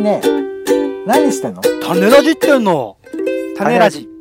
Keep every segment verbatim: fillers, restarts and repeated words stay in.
ねえ、何してんの？ 種ラジってんの。種ラジ。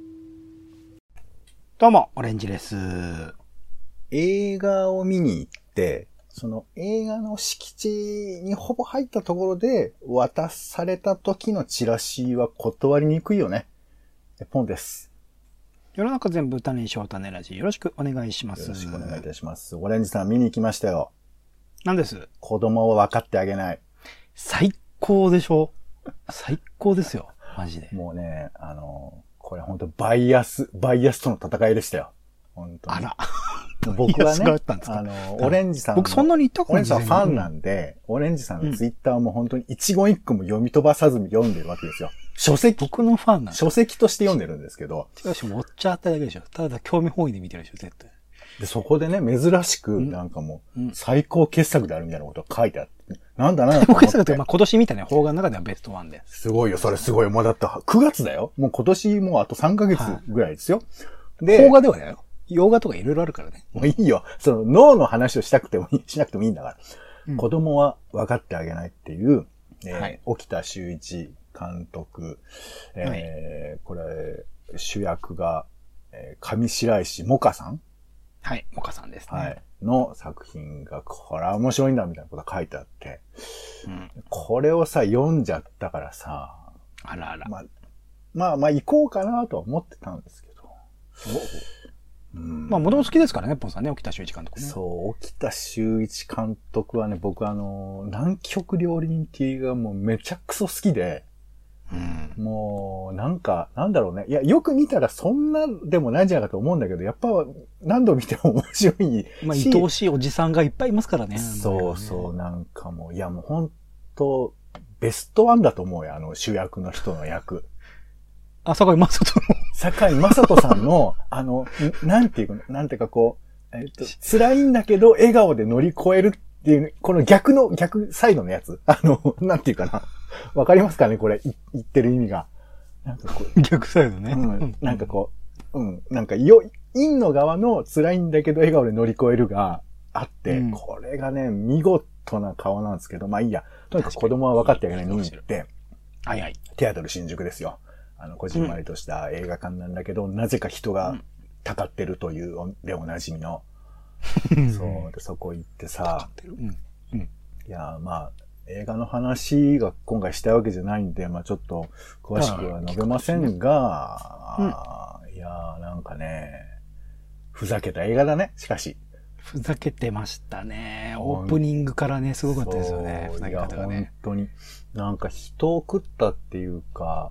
どうも、オレンジです。 映画を見に行って、その映画の敷地にほぼ入ったところで渡された時のチラシは断りにくいよね。ポンです。 世の中全部種にしよう種ラジ。よろしくお願いします。 よろしくお願いいたします。オレンジさん見に行きましたよ。 何です？ 子供は分かってあげない。 最高でしょ？最高ですよ。マジで。 もうね、あの、これ本当バイアス、バイアスとの戦いでしたよ。本当に。 あら。 僕はね、 あの、オレンジさん僕そんなに言ったことない。 オレンジさんファンなんで、うん、オレンジさんのツイッターも本当に一言一句も読み飛ばさずに読んでるわけですよ。書籍。 僕のファンなん書籍として読んでるんですけど。 違うし、ウォッチャーってだけでしょ。ただ興味本位で見てるでしょ、絶対。 で、そこでね、珍しく、なんかもう、最高傑作であるみたいなことが書いてあって、なんだな最高傑作って、まあ今年見たね、邦画の中ではベストワンで。 すごいよ、それすごいよ。もうだってくがつだよ。もう今年もうあとさんかげつぐらいですよ。 はい、で、邦画ではだよ。洋画とかいろいろあるからね。 もういいよ。その脳の話をしたくてもいい、しなくてもいいんだから。うん、子供は分かってあげないっていう、えーはい、沖田修一監督、えーはい、これ、主役が、えー、上白石萌歌さんはい、萌歌さんですね。はい。 の作品が、これは面白いんだみたいなことが書いてあって、うん、これをさ、読んじゃったからさ、 あらあら。 まあ、まあ、まあ、行こうかなとは思ってたんですけど。 うん、まあ、もともと好きですからね、ポンさんね、沖田修一監督ね。 そう、沖田修一監督はね、僕あの、南極料理人っていう映画もうめちゃくそ好きで、うん、もう、なんか、なんだろうね。いや、よく見たらそんなでもないんじゃないかと思うんだけど、やっぱ何度見ても面白い。 まあ、愛おしいおじさんがいっぱいいますからね。 そうそう、なんかもう、いやもう本当ベストワンだと思うよ、あの主役の人の役。 あ、坂井正人の。 坂井正人さんの、あの、なんていうの、なんていうかこう、えっと、辛いんだけど笑顔で乗り越えるっていう、この逆の、逆サイドのやつ。あの、なんていうかな。わかりますかねこれ、言ってる意味が。 なんかこう逆サイドね。 うん。なんかこう、うん。なんか、よ、陰の側の辛いんだけど笑顔で乗り越えるがあって、うん、これがね、見事な顔なんですけど、まあいいや。とにかく子供は分かってあげない見に行って、 はいはい。 テアトル新宿ですよ。あの、こじんまりとした映画館なんだけど、うん、なぜか人がたかってるというでおなじみの。そう。で、そこ行ってさ、うんうん、いや、まあ、映画の話が今回したいわけじゃないんで、まあちょっと詳しくは述べませんが、うん、いやーなんかね、ふざけた映画だね、しかし。 ふざけてましたね。オープニングからね、すごかったですよね、ふざけ方がね。 いや、本当に。なんか人を食ったっていうか、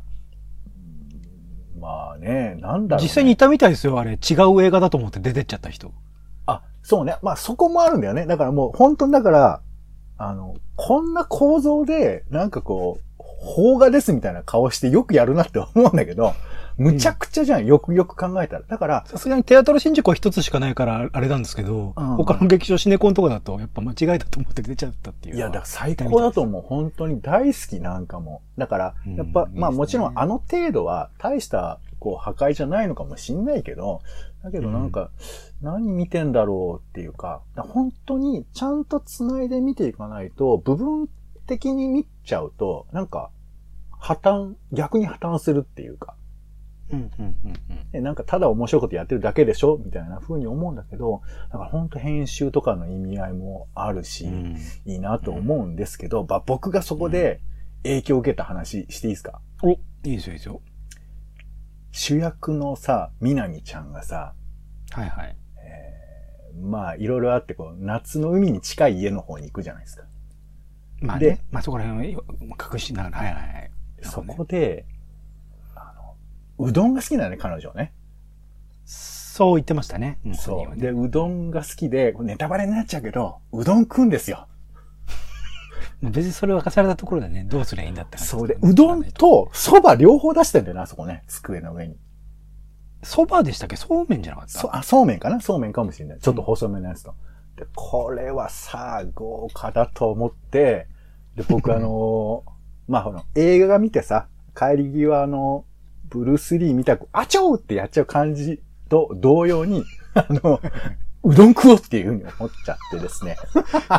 まあね、なんだろう、ね。 実際にいたみたいですよ、あれ。違う映画だと思って出てっちゃった人。 あ、そうね。まあそこもあるんだよね。だからもう本当にだから、あの、こんな構造で、なんかこう、邦画ですみたいな顔してよくやるなって思うんだけど、むちゃくちゃじゃん、うん、よくよく考えたら。だから、 さすがにテアトル新宿は一つしかないから、あれなんですけど、うん、他の劇場シネコンとかだと、やっぱ間違いだと思って出ちゃったっていう。 いや、だから最高だと思う。本当に大好きなんかも。だから、やっぱ、うん、まあもちろんあの程度は、大した、こう、破壊じゃないのかもしんないけど、だけどなんか、うん、何見てんだろうっていうか、本当にちゃんと繋いで見ていかないと、部分的に見ちゃうと、なんか、破綻、逆に破綻するっていうか。 うんうんうんうん、 なんかただ面白いことやってるだけでしょみたいな風に思うんだけど、だから本当編集とかの意味合いもあるし、うん、いいなと思うんですけど、うん、僕がそこで影響を受けた話していいですか？ お、いいですよいいですよ。 主役のさ、みなみちゃんがさ、 はいはい。 えー、まあいろいろあってこう夏の海に近い家の方に行くじゃないですか。 まあね、で、まあそこら辺を隠しながら、はいはいはい。 そこで、うどんが好きなのね、彼女ね。 そう言ってましたね。 そう。で、うどんが好きで、ネタバレになっちゃうけど、うどん食うんですよ。 別にそれを明かされたところでね、どうすりゃいいんだって話、ね。 そうで、うどんと蕎麦両方出してんだよな、あそこね。机の上に。 蕎麦でしたっけ？そうめんじゃなかった？ そあ、そうめんかな？そうめんかもしれない。ちょっと細めのやつと。うん、で、これはさ、豪華だと思って、で、僕あのー、まあ、ほら、映画が見てさ、帰り際の、ブルース・リー見たく、あちょーってやっちゃう感じと同様に、あの、うどん食おうっていうふうに思っちゃってですね。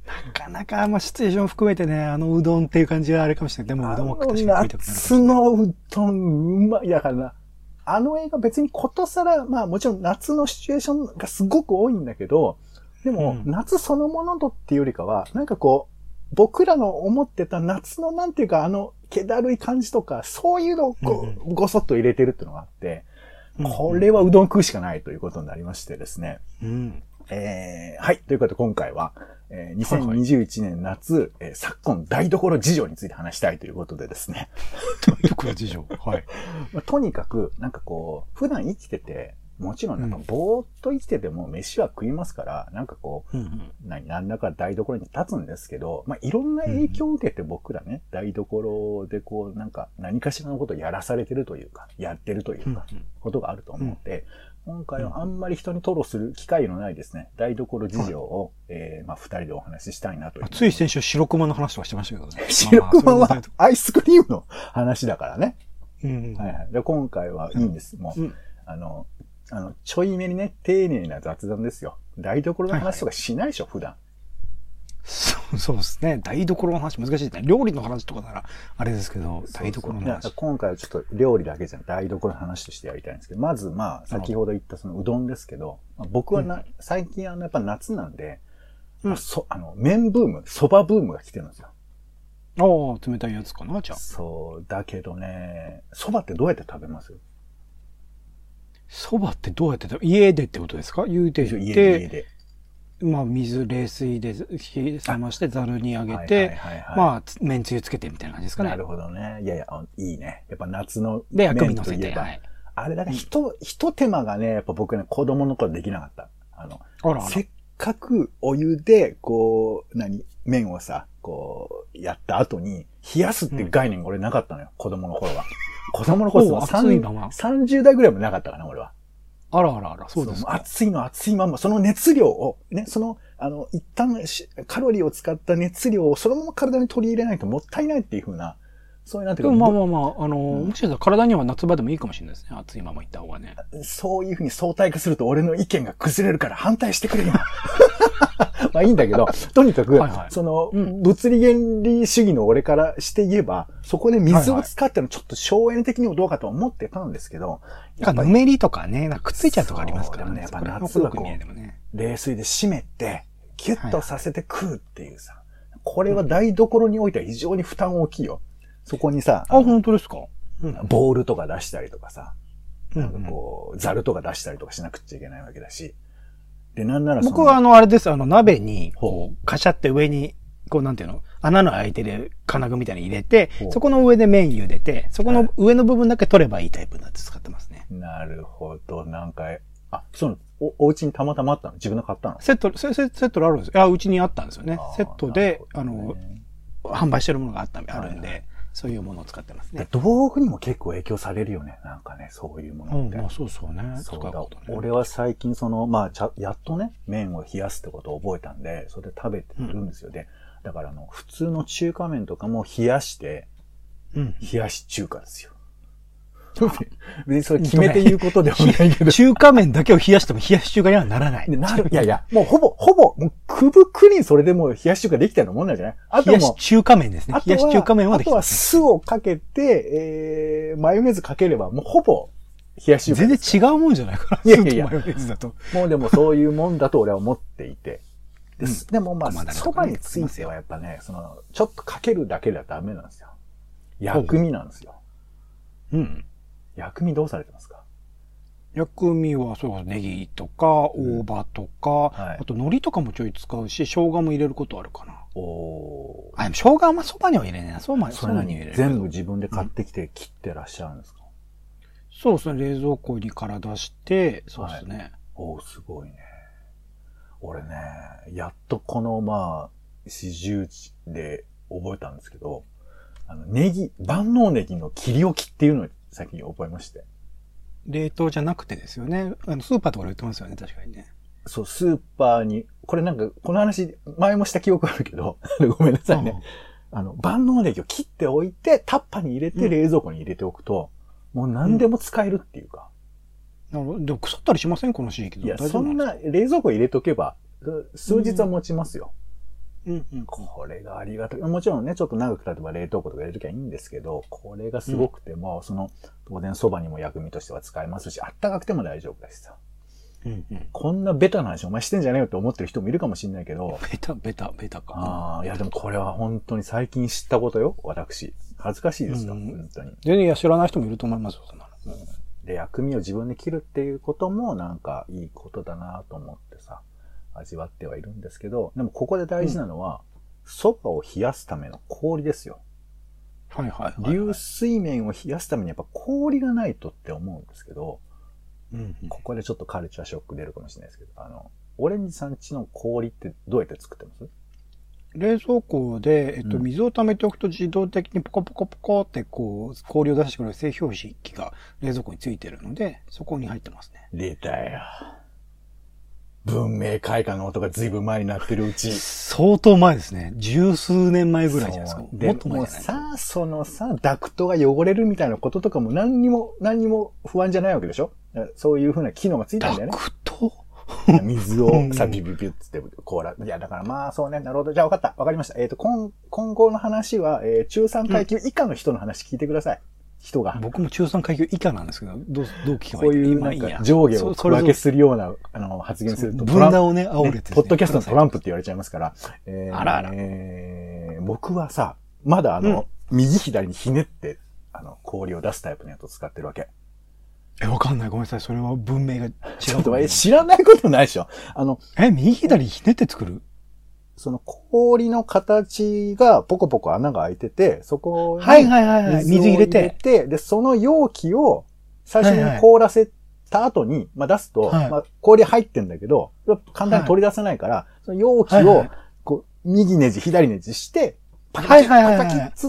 なかなか、まあ、シチュエーション含めてね、あのうどんっていう感じはあれかもしれない。でも、うどんは確かに食いたくなる。 夏のうどん、うまい。だからな、あの映画別にことさら、まあもちろん夏のシチュエーションがすごく多いんだけど、でも、うん、夏そのものとっていうよりかは、なんかこう、僕らの思ってた夏のなんていうか、あの、気だるい感じとか、そういうのをこう、うん、ごそっと入れてるっていうのがあって、うん、これはうどん食うしかないということになりましてですね。うん、えー、はい。ということで今回は、えー、にせんにじゅういちねん夏、はいはい、えー、昨今台所事情について話したいということでですね。 台所事情はい。 まあ、とにかく、なんかこう、普段生きてて、もちろんなんかぼーっと生きてても飯は食いますから、なんかこう、うんうん、何、何らか台所に立つんですけど、まあ、いろんな影響を受けて僕らね、台所でこう、なんか何かしらのことをやらされてるというか、やってるというか、ことがあると思うので、今回はあんまり人に吐露する機会のないですね、台所事情を、えー、まあ、二人でお話ししたいなという。 つい先週白熊の話とかしてましたけどね。 白熊はアイスクリームの話だからね。 うんうん、 はいはい。で今回はいいんです。もう、うん、あの、あの、ちょいめにね、丁寧な雑談ですよ。台所の話とかしないでしょ、はいはい、普段。 そう、そうですね。台所の話難しいですね。料理の話とかなら、あれですけど、台所の話。 そうそう今回はちょっと料理だけじゃなく台所の話としてやりたいんですけど、まずまあ、先ほど言ったそのうどんですけど、まあ、僕はな、うん、最近あの、やっぱ夏なんで、うん、まあ、そ、あの、麺ブーム、蕎麦ブームが来てるんですよ。 ああ、冷たいやつかな、じゃあ。 そう、だけどね、蕎麦ってどうやって食べます？ 蕎麦ってどうやって食べ、家でってことですか？言うて家で、家で。 まあ、水、冷水で冷まして、ざるにあげて、まあ、麺つゆつけてみたいな感じですかね。 なるほどね。いやいや、いいね。やっぱ夏ので、薬味乗せて、はい。 あれだね、ひと手間がね、やっぱ僕ね、子供の頃できなかった。あの、あらあらせっかくお湯で、こう、何、麺をさ、こう、やった後に、冷やすっていう概念が俺なかったのよ、うん、子供の頃は。子供の頃はさんじゅう代ぐらいもなかったかな、俺は。 あらあらあら、そうですか。 熱いの熱いまま、その熱量を、ね、その、あの、一旦カロリーを使った熱量をそのまま体に取り入れないともったいないっていう風な、そういうなんていうか。 でもまあまあまあ、あの、うん、もしかしたら体には夏場でもいいかもしれないですね。熱いままいった方がね。 そういう風に相対化すると俺の意見が崩れるから反対してくれよ。まあいいんだけど、とにかく、はいはい、その、うん、物理原理主義の俺からして言えば、そこで水を使ってのちょっと省エネ的にもどうかと思ってたんですけど。 やっぱぬめりとかね、なんかくっついちゃうとかありますからね。 やっぱ夏はこう、ね、冷水で締めて、キュッとさせて食うっていうさ、はいはい、これは台所においては非常に負担大きいよ。そこにさ、 あ、本当ですか？ うん、ボールとか出したりとかさ、なんかこう、ザルとか出したりとかしなくちゃいけないわけだし。で、なんなら僕はあの、あれです、あの、鍋に、こう、カシャって上に、こう、なんていうの、穴の開いてる金具みたいに入れて、そこの上で麺茹でて、そこの上の部分だけ取ればいいタイプになって使ってますね。 なるほど、なんか、あ、そう、お、お家にたまたまあったの？自分で買ったの？ セット、セセセットあるんですよ。あ、うちにあったんですよね。セットで、あの、販売してるものがあった、あるんで、はいはい、そういうものを使ってますね。 道具にも結構影響されるよね。なんかね、そういうものって。 うん、まあそうそうね。 そうだ。ね、俺は最近その、まあちゃ、やっとね、麺を冷やすってことを覚えたんで、それで食べてるんですよ。うん、で、だからあの、普通の中華麺とかも冷やして、うん、冷やし中華ですよ。別にそれ決めて言うことでもないけど。 中華麺だけを冷やしても冷やし中華にはならない。 なる。いやいや、もうほぼ、ほぼ、もうくぶくりにそれでもう冷やし中華できたようなもんなんじゃない？あとも冷やし中華麺ですね。冷やし中華麺はできた。 あとは酢をかけて、えー、マヨネーズかければもうほぼ冷やし中華。 全然違うもんじゃないかな。いやいやいや。マヨネーズだと。 もうでもそういうもんだと俺は思っていて。で, うん、でもまあ、そばについてはやっぱね、その、ちょっとかけるだけではダメなんですよ。薬味なんですよ。 うん。 薬味どうされてますか？ 薬味はそう、ネギとか、大葉とか、うんはい、あと海苔とかもちょい使うし、生姜も入れることあるかな。 おあ、でも生姜はあんまそばには入れないな。そばには入れる。 全部自分で買ってきて切ってらっしゃるんですか？うん、 そうですね。冷蔵庫にから出して、そうですね。はい、 おー、すごいね。俺ね、やっとこの、まあ、四十で覚えたんですけど、あの、ネギ、万能ネギの切り置きっていうのを先に覚えまして。 冷凍じゃなくてですよね。あの、スーパーとかで売ってますよね、確かにね。 そう、スーパーに、これなんか、この話、前もした記憶あるけど、ごめんなさいね。うん、あの、万能ネギを切っておいて、タッパに入れて、冷蔵庫に入れておくと、うん、もう何でも使えるっていうか。 うん、でも腐ったりしませんこの地域。 いや、そんな、冷蔵庫入れとけば、数日は持ちますよ。 ううんうん、 これがありがたい。もちろんね、ちょっと長く経てば冷凍庫とか入れるときはいいんですけど、これがすごくても、うん、その、当然そばにも薬味としては使えますし、あったかくても大丈夫だしさ。うんうん、こんなベタな話お前してんじゃねえよって思ってる人もいるかもしれないけど。 ベタ、ベタ、ベタか。 ああ、いやでもこれは本当に最近知ったことよ、私。恥ずかしいですよ、うん、本当に。 全然知らない人もいると思いますよ、そんなの。 うんで、薬味を自分で切るっていうこともなんかいいことだなと思ってさ、味わってはいるんですけど、でもここで大事なのは、蕎麦を冷やすための氷ですよ。 はいはいはい、はい。 流水麺を冷やすためにやっぱ氷がないとって思うんですけど、うんうん、ここでちょっとカルチャーショック出るかもしれないですけど、あの、オレンジさんちの氷ってどうやって作ってます？ 冷蔵庫で、えっと、水を溜めておくと自動的にポコポコポコってこう、氷を出してくれる製氷機が冷蔵庫についてるので、そこに入ってますね。 出たよ。文明開化の音が随分前になってるうち。 相当前ですね。十数年前ぐらいじゃないですか。もっと前じゃないですか。でもさ、そのさ、ダクトが汚れるみたいなこととかも何にも、何にも不安じゃないわけでしょ？そういう風な機能がついたんだよね。 ダクト水をさ、ビビビュッつって凍ら。いや、だからまあそうね、なるほど。じゃあ分かった。分かりました。えっと、今、今後の話は、えー、中さん階級以下の人の話聞いてください。うん、人が。 僕も中さん階級以下なんですけど、どう、どう聞けばいい？ こういうなんか上下を区分けするような、あの、発言すると。 分断をね、煽れて、ね。 ポッドキャストのトランプって言われちゃいますから。 えー、あらあら。 えー、僕はさ、まだあの、うん、右左にひねって、あの、氷を出すタイプのやつを使ってるわけ。 え、わかんない。ごめんなさい。それは文明が違う。 ちょっとえ、知らないことないでしょ。あの、 え、右左ひねって作る？ その氷の形がポコポコ穴が開いてて、そこにはいはいはいはい。水入れて。 で、その容器を最初に凍らせた後に、はいはい、まあ出すと、はい、まあ氷入ってんだけど、簡単に取り出せないから、はい、その容器をこう右ネジ左ネジして、パキパキパキッつって、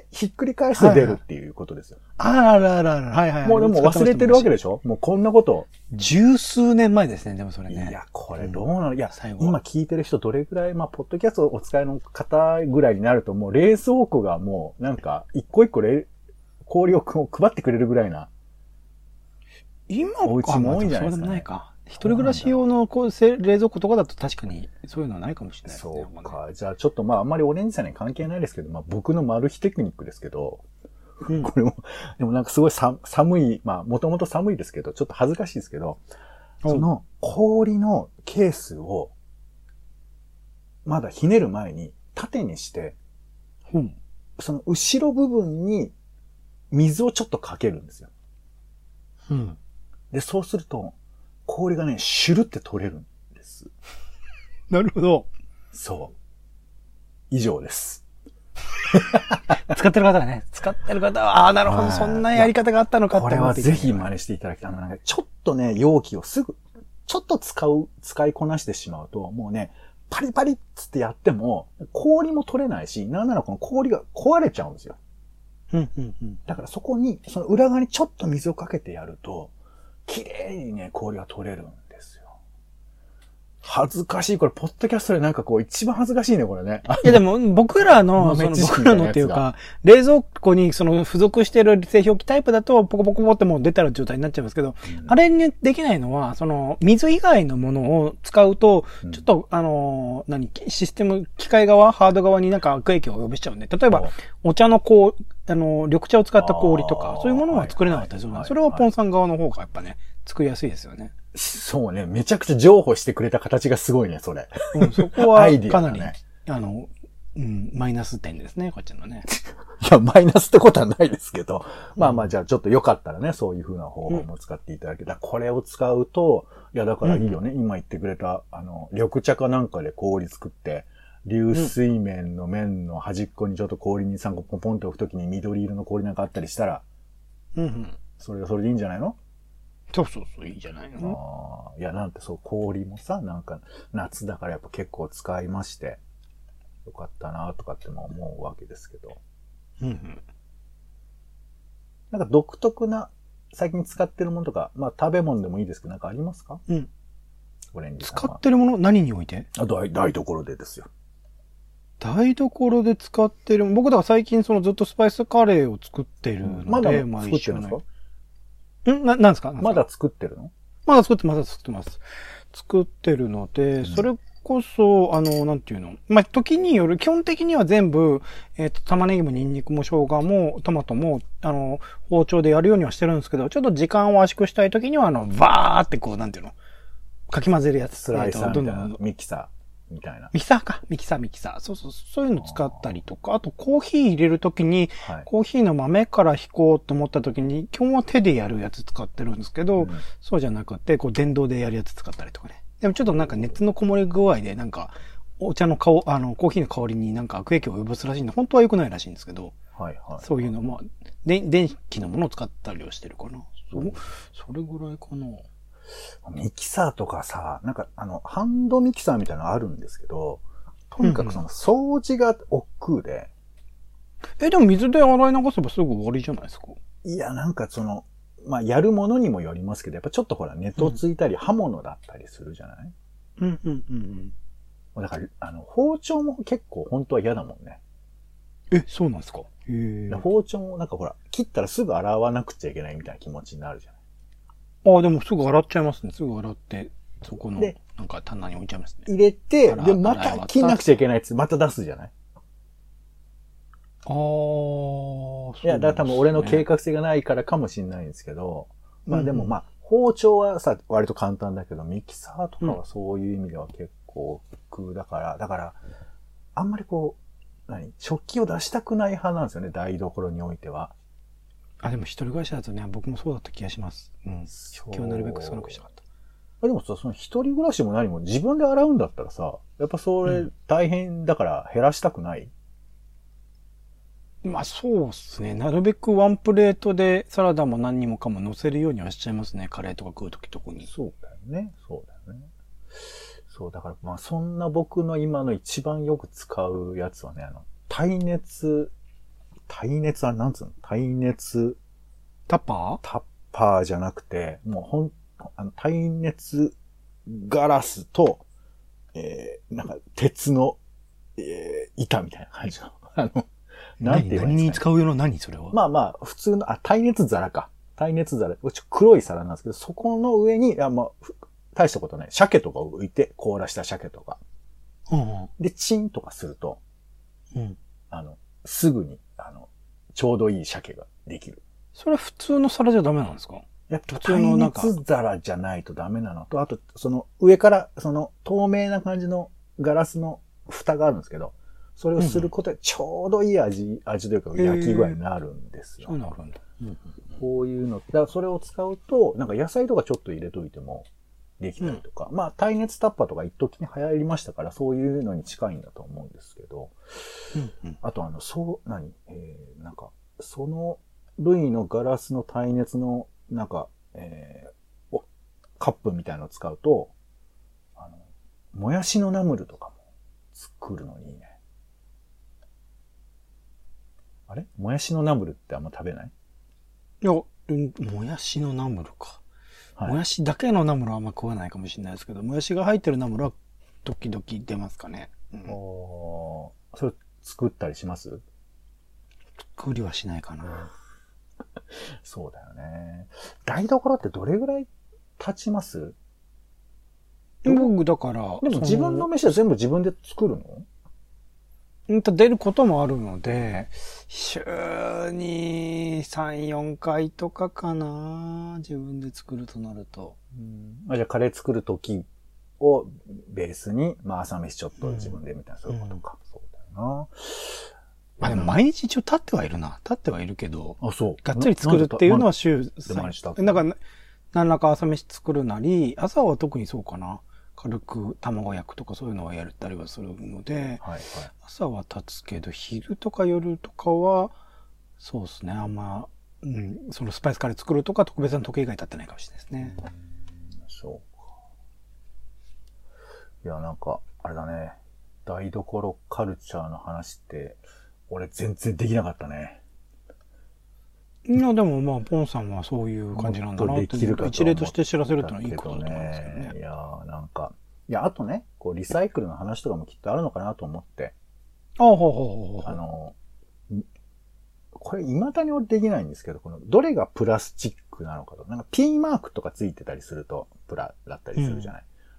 ひっくり返すと出るっていうことですよ。 あらららら、はいはい。 もうでも忘れてるわけでしょ？もうこんなこと。 十数年前ですね、でもそれね。 いや、これどうなの？いや、今聞いてる人どれぐらい、まあ、ポッドキャストをお使いの方ぐらいになると、もう冷蔵庫がもう、なんか、一個一個氷を配ってくれるぐらいな。 今、 お家も多いんじゃないですか、ね。 そうでもないか。一人暮らし用のこう冷蔵庫とかだと確かにそういうのはないかもしれないですね。 そうか。じゃあちょっとまああんまりオレンジさんには関係ないですけど、まあ僕のマル秘テクニックですけど、うん、これも、でもなんかすごいさ寒い、まあもともと寒いですけど、ちょっと恥ずかしいですけど、その氷のケースをまだひねる前に縦にして、うん、その後ろ部分に水をちょっとかけるんですよ。うん、で、そうすると、氷がね、シュルって取れるんです。 なるほど。 そう。以上です。 使ってる方がね、使ってる方は、ああ、なるほど、そんなやり方があったのかって思って。これはぜひ真似していただきたい。なんかちょっとね、容器をすぐ、ちょっと使う、使いこなしてしまうと、もうね、パリパリっつってやっても、氷も取れないし、なんならこの氷が壊れちゃうんですよ。うんうんうん、だからそこに、その裏側にちょっと水をかけてやると、綺麗にね、氷が取れるんですよ。恥ずかしい。これ、ポッドキャストでなんかこう、一番恥ずかしいね、これね。 いや、でも、僕らの、その僕らのっていうか、冷蔵庫にその付属してる製氷機タイプだと、ポコポコポってもう出たら状態になっちゃいますけど、うん、あれにできないのは、その、水以外のものを使うと、ちょっと、うん、あの、何、システム、機械側、ハード側になんか悪影響を及ぼしちゃうんで、例えば、お茶のこう、あの、緑茶を使った氷とか、そういうものは作れなかったりするので、それはポンさん側の方がやっぱね、作りやすいですよね。 そうね。めちゃくちゃ譲歩してくれた形がすごいね、それ。 うん、そこは、かなり、ね、あの、うん、マイナス点ですね、こっちのね。 いや、マイナスってことはないですけど。うん、まあまあ、じゃあちょっとよかったらね、そういう風な方法も使っていただけたら、うん、これを使うと、いや、だからいいよね。うん、今言ってくれた、あの、緑茶かなんかで氷作って、流水麺の麺の端っこにちょっと氷にさんこポンポンって置くときに緑色の氷なんかあったりしたら、うんうん。それがそれでいいんじゃないの？ そうそうそう、いいじゃないの？ ああ、いや、なんてそう、氷もさ、なんか、夏だからやっぱ結構使いまして、よかったなとかっても思うわけですけど。うんうん。なんか独特な、最近使ってるものとか、まあ食べ物でもいいですけど、なんかありますか？うん。オレンジさんは。 使ってるもの何において？ あ、台、台所でですよ。 台所で使ってる、僕だから最近そのずっとスパイスカレーを作ってるので、 まだ作ってるんですか？ んな、なんですか？ まだ作ってるの？ まだ作って、まだ作ってます。作ってるので、うん、それこそ、あの、なんていうのまあ、時による、基本的には全部、えっと、玉ねぎもニンニクも生姜もトマトも、あの、包丁でやるようにはしてるんですけど、ちょっと時間を圧縮したい時には、あの、バーってこう、なんていうのかき混ぜるやつ。 スライサーみたいな、 どんどんミキサーみたいな。 ミキサーか。ミキサー、ミキサー。そうそう、そういうの使ったりとか、あとコーヒー入れるときに、はい、コーヒーの豆から引こうと思ったときに、基本は手でやるやつ使ってるんですけど、うん、そうじゃなくて、こう電動でやるやつ使ったりとかね。でもちょっとなんか熱のこもり具合で、なんか、お茶の香、あの、コーヒーの香りになんか悪影響を及ぼすらしいんで、本当は良くないらしいんですけど、 はいはい。 そういうのも、で、電気のものを使ったりはしてるかな。そ、それぐらいかな。 ミキサーとかさ、なんかあの、ハンドミキサーみたいなのあるんですけど、とにかくその掃除が億劫で、 うんうん。え、でも水で洗い流せばすぐ終わりじゃないですか？ いや、なんかその、まあ、やるものにもよりますけど、やっぱちょっとほら、ネットついたり、刃物だったりするじゃない？ うんうんうんうん。 だから、あの、包丁も結構本当は嫌だもんね。 え、そうなんですか？へー。包丁もなんかほら、切ったらすぐ洗わなくちゃいけないみたいな気持ちになるじゃない？ ああ、でもすぐ洗っちゃいますね。すぐ洗って、そこの、なんか棚に置いちゃいますね。 入れて、で、また切んなくちゃいけないやつ、また出すじゃない？ ああ、そう。いや、だから多分俺の計画性がないからかもしれないんですけど、まあでもまあ、包丁はさ、割と簡単だけど、ミキサーとかはそういう意味では結構苦だから、だから、あんまりこう、何？食器を出したくない派なんですよね、台所においては。 あ、でも一人暮らしだとね、僕もそうだった気がします。うん。食器をなるべく少なくしたかった。 でもさ、その一人暮らしも何も自分で洗うんだったらさ、やっぱそれ大変だから減らしたくない？ うん、まあそうですね。なるべくワンプレートでサラダも何にもかも乗せるようにはしちゃいますね。カレーとか食うときとこに。 そうだよね。そうだよね。そう、だからまあそんな僕の今の一番よく使うやつはね、あの、耐熱、耐熱はなんつうの？耐熱。 タッパー？ タッパーじゃなくて、もうほん、あの、耐熱ガラスと、えー、なんか鉄の、えー、板みたいな感じの。あの、 なんて言うの？何に使うような何それは？ まあまあ、普通の、あ、耐熱皿か。耐熱皿。黒い皿なんですけど、そこの上に、いや、まあ、大したことない。鮭とかを浮いて、凍らした鮭とか。 うんうん、 で、チンとかすると、 うん、 あの、すぐに、あの、ちょうどいい鮭ができる。 それは普通の皿じゃダメなんですか？ やっぱ耐熱皿じゃないとダメなのと、あと、その上から、その透明な感じのガラスの蓋があるんですけど、それをすることでちょうどいい味、味というか焼き具合になるんですよ。 そうなるんだ。 こういうの、だからそれを使うと、なんか野菜とかちょっと入れといてもできたりとか、うん、まあ耐熱タッパーとか一時に流行りましたから、そういうのに近いんだと思うんですけど、 うんうん、 あとあの、そう、何えー、なんか、その類のガラスの耐熱のなんか、えー、カップみたいなのを使うと、あの、もやしのナムルとかも作るのにいいね。あれもやしのナムルってあんま食べない？ いや、うん、もやしのナムルか、はい。もやしだけのナムルはあんま食わないかもしれないですけど、もやしが入ってるナムルは時々出ますかね。うん、 おー、それ作ったりします？ 作りはしないかな。 そうだよね。台所ってどれぐらい経ちます？ 僕だから。 でも自分の飯は全部自分で作るの？ うんと出ることもあるので、週にさん、よんかいとかかな。自分で作るとなると。 うん、あ、じゃあカレー作るときをベースに、まあ朝飯ちょっと自分でみたいな、そういうことか。うん、そうだよな。 まあでも毎日一応立ってはいるな。立ってはいるけど。 あ、そう。 がっつり作るっていうのは週さん。なんか、何らか朝飯作るなり、朝は特にそうかな。軽く卵焼くとかそういうのはやったりはするので、はいはい、朝は立つけど、昼とか夜とかは、そうですね、あんま、うん、そのスパイスカレー作るとか特別な時計以外立ってないかもしれないですね。 うん、そうか。いや、なんか、あれだね。台所カルチャーの話って、俺全然できなかったね。 いや、でもまあ、ポンさんはそういう感じなんだなって、一例として知らせるってのはいいことだと思うんですけどね。 いやー、なんか、いや、あとね、こう、リサイクルの話とかもきっとあるのかなと思って。 ああ、ほうほうほう。 あの、これ未だに俺できないんですけど、この、どれがプラスチックなのかと。なんか P マークとかついてたりすると、プラだったりするじゃない。うん、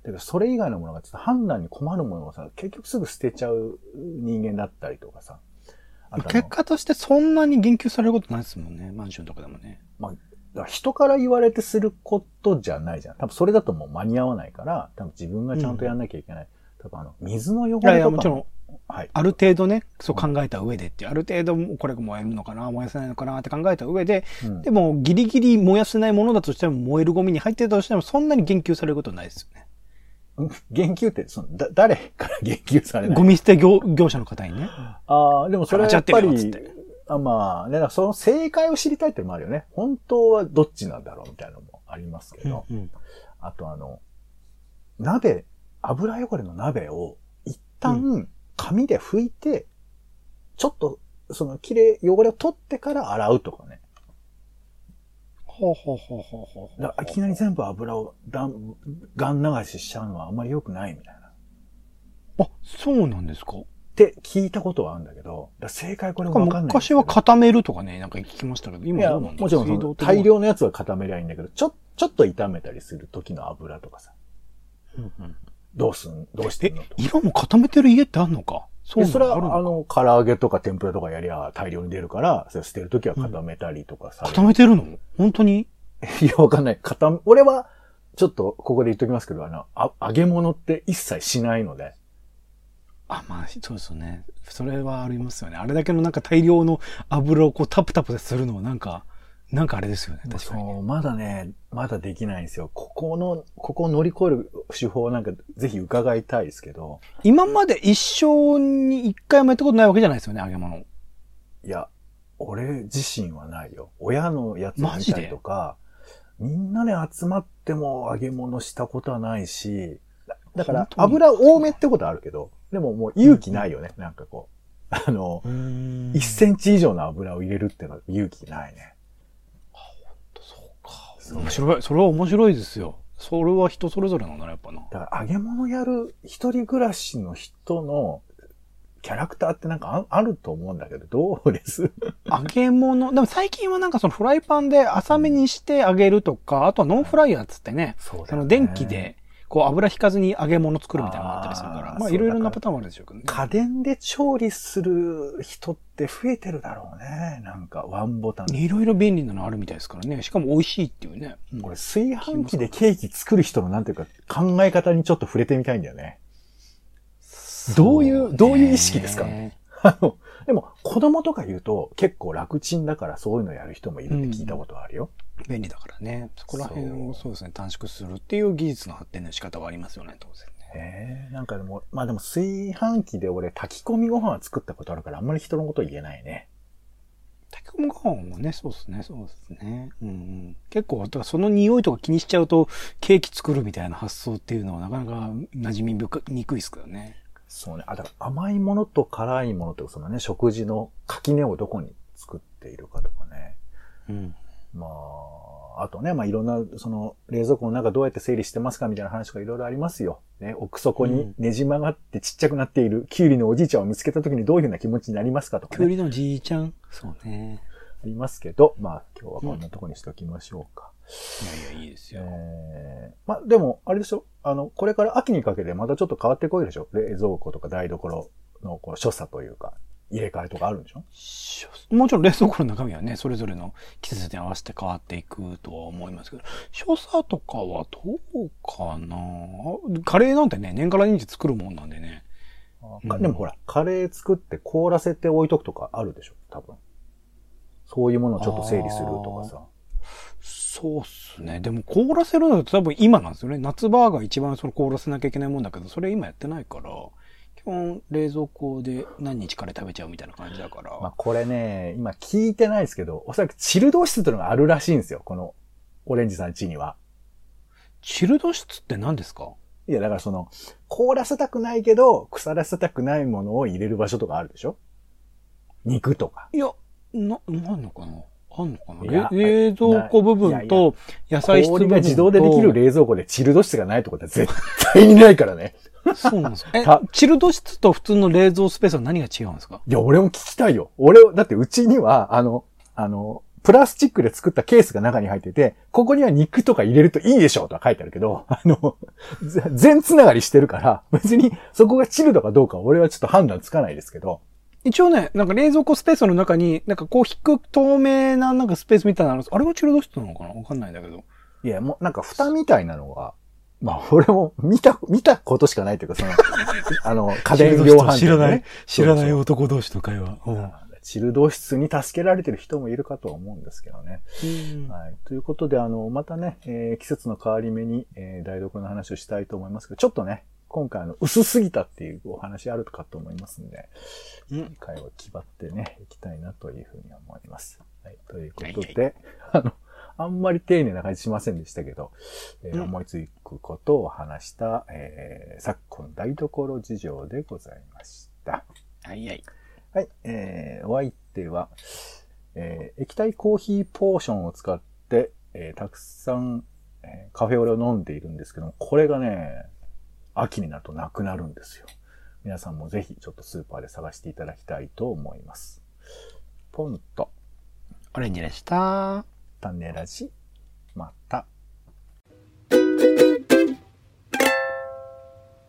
だけどそれ以外のものがちょっと判断に困るものをさ、結局すぐ捨てちゃう人間だったりとかさ。 結果としてそんなに言及されることないですもんね。マンションとかでもね。 まあ、だから人から言われてすることじゃないじゃん。多分それだともう間に合わないから、多分自分がちゃんとやんなきゃいけない。うん、多分あの、水の汚れとか。いやいや、もちろん。はい。 ある程度ね、そう考えた上でっていう、ある程度これが燃えるのかな、燃やせないのかなって考えた上で、うん、でもギリギリ燃やせないものだとしても燃えるゴミに入ってたとしてもそんなに言及されることないですよね。 言及って、その、だ、誰から言及されない？ ゴミ捨て業、業者の方にね。 ああ、でもそれはやっぱり、あまあ、ね、その正解を知りたいっていうのもあるよね。本当はどっちなんだろうみたいなのもありますけど。うんうん、あとあの、鍋、油汚れの鍋を一旦紙で拭いて、うん、ちょっと、その綺麗、汚れを取ってから洗うとかね。 ほうほうほうほうほう。 だからいきなり全部油をだん、ガン流ししちゃうのはあんまり良くないみたいな。あ、そうなんですかって聞いたことはあるんだけど、だ正解これわかんない。 昔は固めるとかね、なんか聞きましたけど、今どうなんだろう。 もちろんその大量のやつは固めりゃいいんだけど、ちょ、ちょっと炒めたりする時の油とかさ。うんうん、どうすん、どうしてんのと。 え、今も固めてる家ってあんのか？ そうなの？それは、あの、唐揚げとか天ぷらとかやりゃ大量に出るから、それ捨てる時は固めたりとかさ、 うん。固めてるの？本当に？ いや、わかんない。固め、俺は、ちょっとここで言っときますけど、あの、あ揚げ物って一切しないので。 あ、まあ、そうですよね。それはありますよね。あれだけのなんか大量の油をこうタプタプでするのはなんか、なんかあれですよね。確かに、ね。 そう、まだね、まだできないんですよ。ここの、ここを乗り越える手法をなんかぜひ伺いたいですけど。 今まで一生に一回もやったことないわけじゃないですよね、揚げ物。 いや、俺自身はないよ。親のやつを見たりとか、みんなで集まっても揚げ物したことはないし、だから油多めってことはあるけど、でももう勇気ないよね。うん、なんかこう、あの、いっセンチ以上の油を入れるっていうのは勇気ないね。 あ、ほんとそうか。面白い。それは面白いですよ。それは人それぞれなんだね、やっぱな。 だから揚げ物やる一人暮らしの人のキャラクターってなんか あ, あると思うんだけど、どうです揚げ物、でも最近はなんかそのフライパンで浅めにして揚げるとか、うん、あとはノンフライヤーっつってね、そうだよね、その電気で、こう油引かずに揚げ物作るみたいなのがあったりするから。まあいろいろなパターンもあるでしょうけどね。 家電で調理する人って増えてるだろうね。なんかワンボタン。 いろいろ便利なのあるみたいですからね。しかも美味しいっていうね。 これ炊飯器でケーキ作る人のなんていうか考え方にちょっと触れてみたいんだよね。どういう、どういう意識ですかね。あの、でも子供とか言うと結構楽ちんだからそういうのやる人もいるって聞いたことあるよ。 うん、便利だからね。そこら辺をそうですね、短縮するっていう技術の発展の仕方はありますよね、当然ね。へえ、なんかでも、まあでも炊飯器で俺炊き込みご飯は作ったことあるからあんまり人のこと言えないね。 炊き込みご飯もね、そうですね、そうですね。うんうん、結構、だからその匂いとか気にしちゃうとケーキ作るみたいな発想っていうのはなかなか馴染みにくいですからね。 そうね。あ、だから甘いものと辛いものとそのね、食事の垣根をどこに作っているかとかね。うん。まあ、あとね、まあいろんな、その冷蔵庫の中どうやって整理してますかみたいな話とかいろいろありますよ。ね、奥底にねじ曲がってちっちゃくなっているキュウリのおじいちゃんを見つけた時にどういうふうな気持ちになりますかとかね。 キュウリのじいちゃんそうね。 ありますけど、まあ今日はこんなところにしておきましょうか。 うん、いやいや、いいですよ。 えー、まあでも、あれでしょ、あの、これから秋にかけてまたちょっと変わってこいでしょ、冷蔵庫とか台所のこう所作というか、入れ替えとかあるんでしょ。 もちろん冷蔵庫の中身はね、それぞれの季節に合わせて変わっていくとは思いますけど、所作とかはどうかな。カレーなんてね、年がら年中作るもんなんでね。 あ、でもほら、カレー作って凍らせて置いとくとかあるでしょ、多分。そういうものをちょっと整理するとかさ。 そうっすね。でも凍らせるのって多分今なんですよね。夏場が一番その凍らせなきゃいけないもんだけど、それ今やってないから、基本冷蔵庫で何日から食べちゃうみたいな感じだから。 まあこれね、今聞いてないですけど、おそらくチルド室っていうのがあるらしいんですよ。このオレンジさん家には。 チルド室って何ですか？ いやだからその、凍らせたくないけど、腐らせたくないものを入れる場所とかあるでしょ？肉とか。 いや、な、なんのかなあんのかな冷蔵庫部分と野菜室部分と。 氷が自動でできる冷蔵庫でチルド室がないってことは絶対にないからね。 そうなんですか。え、チルド室と普通の冷蔵スペースは何が違うんですか？ いや、俺も聞きたいよ。俺、だってうちには、あの、あの、 プラスチックで作ったケースが中に入ってて、ここには肉とか入れるといいでしょうとは書いてあるけど、あの、全つながりしてるから、別にそこがチルドかどうかは俺はちょっと判断つかないですけど。 一応ね、なんか冷蔵庫スペースの中に、なんかこう引く透明ななんかスペースみたいなの、あれはチルド室なのかなわかんないんだけど。 いや、もうなんか蓋みたいなのが、まあ俺も見た、見たことしかないというか、その、あの、家電量販店、ね、 知らない、知らない男同士と会話。 チルド室に助けられてる人もいるかとは思うんですけどね。はい。ということで、あの、またね、えー、季節の変わり目に、えー、台所の話をしたいと思いますけど、ちょっとね、今回あの、薄すぎたっていうお話あるかと思いますんで、次回は気張ってね、いきたいなというふうに思います。はい。ということで、はいはい、あの、あんまり丁寧な感じしませんでしたけど、えー、思いつくことを話した、えー、昨今台所事情でございました。 はいはい。 はい、えー、お相手は、えー、液体コーヒーポーションを使って、えー、たくさん、えー、カフェオレを飲んでいるんですけども、これがね、秋になるとなくなるんですよ。皆さんもぜひちょっとスーパーで探していただきたいと思います。ポンと。 オレンジでした。 種ラジ、また。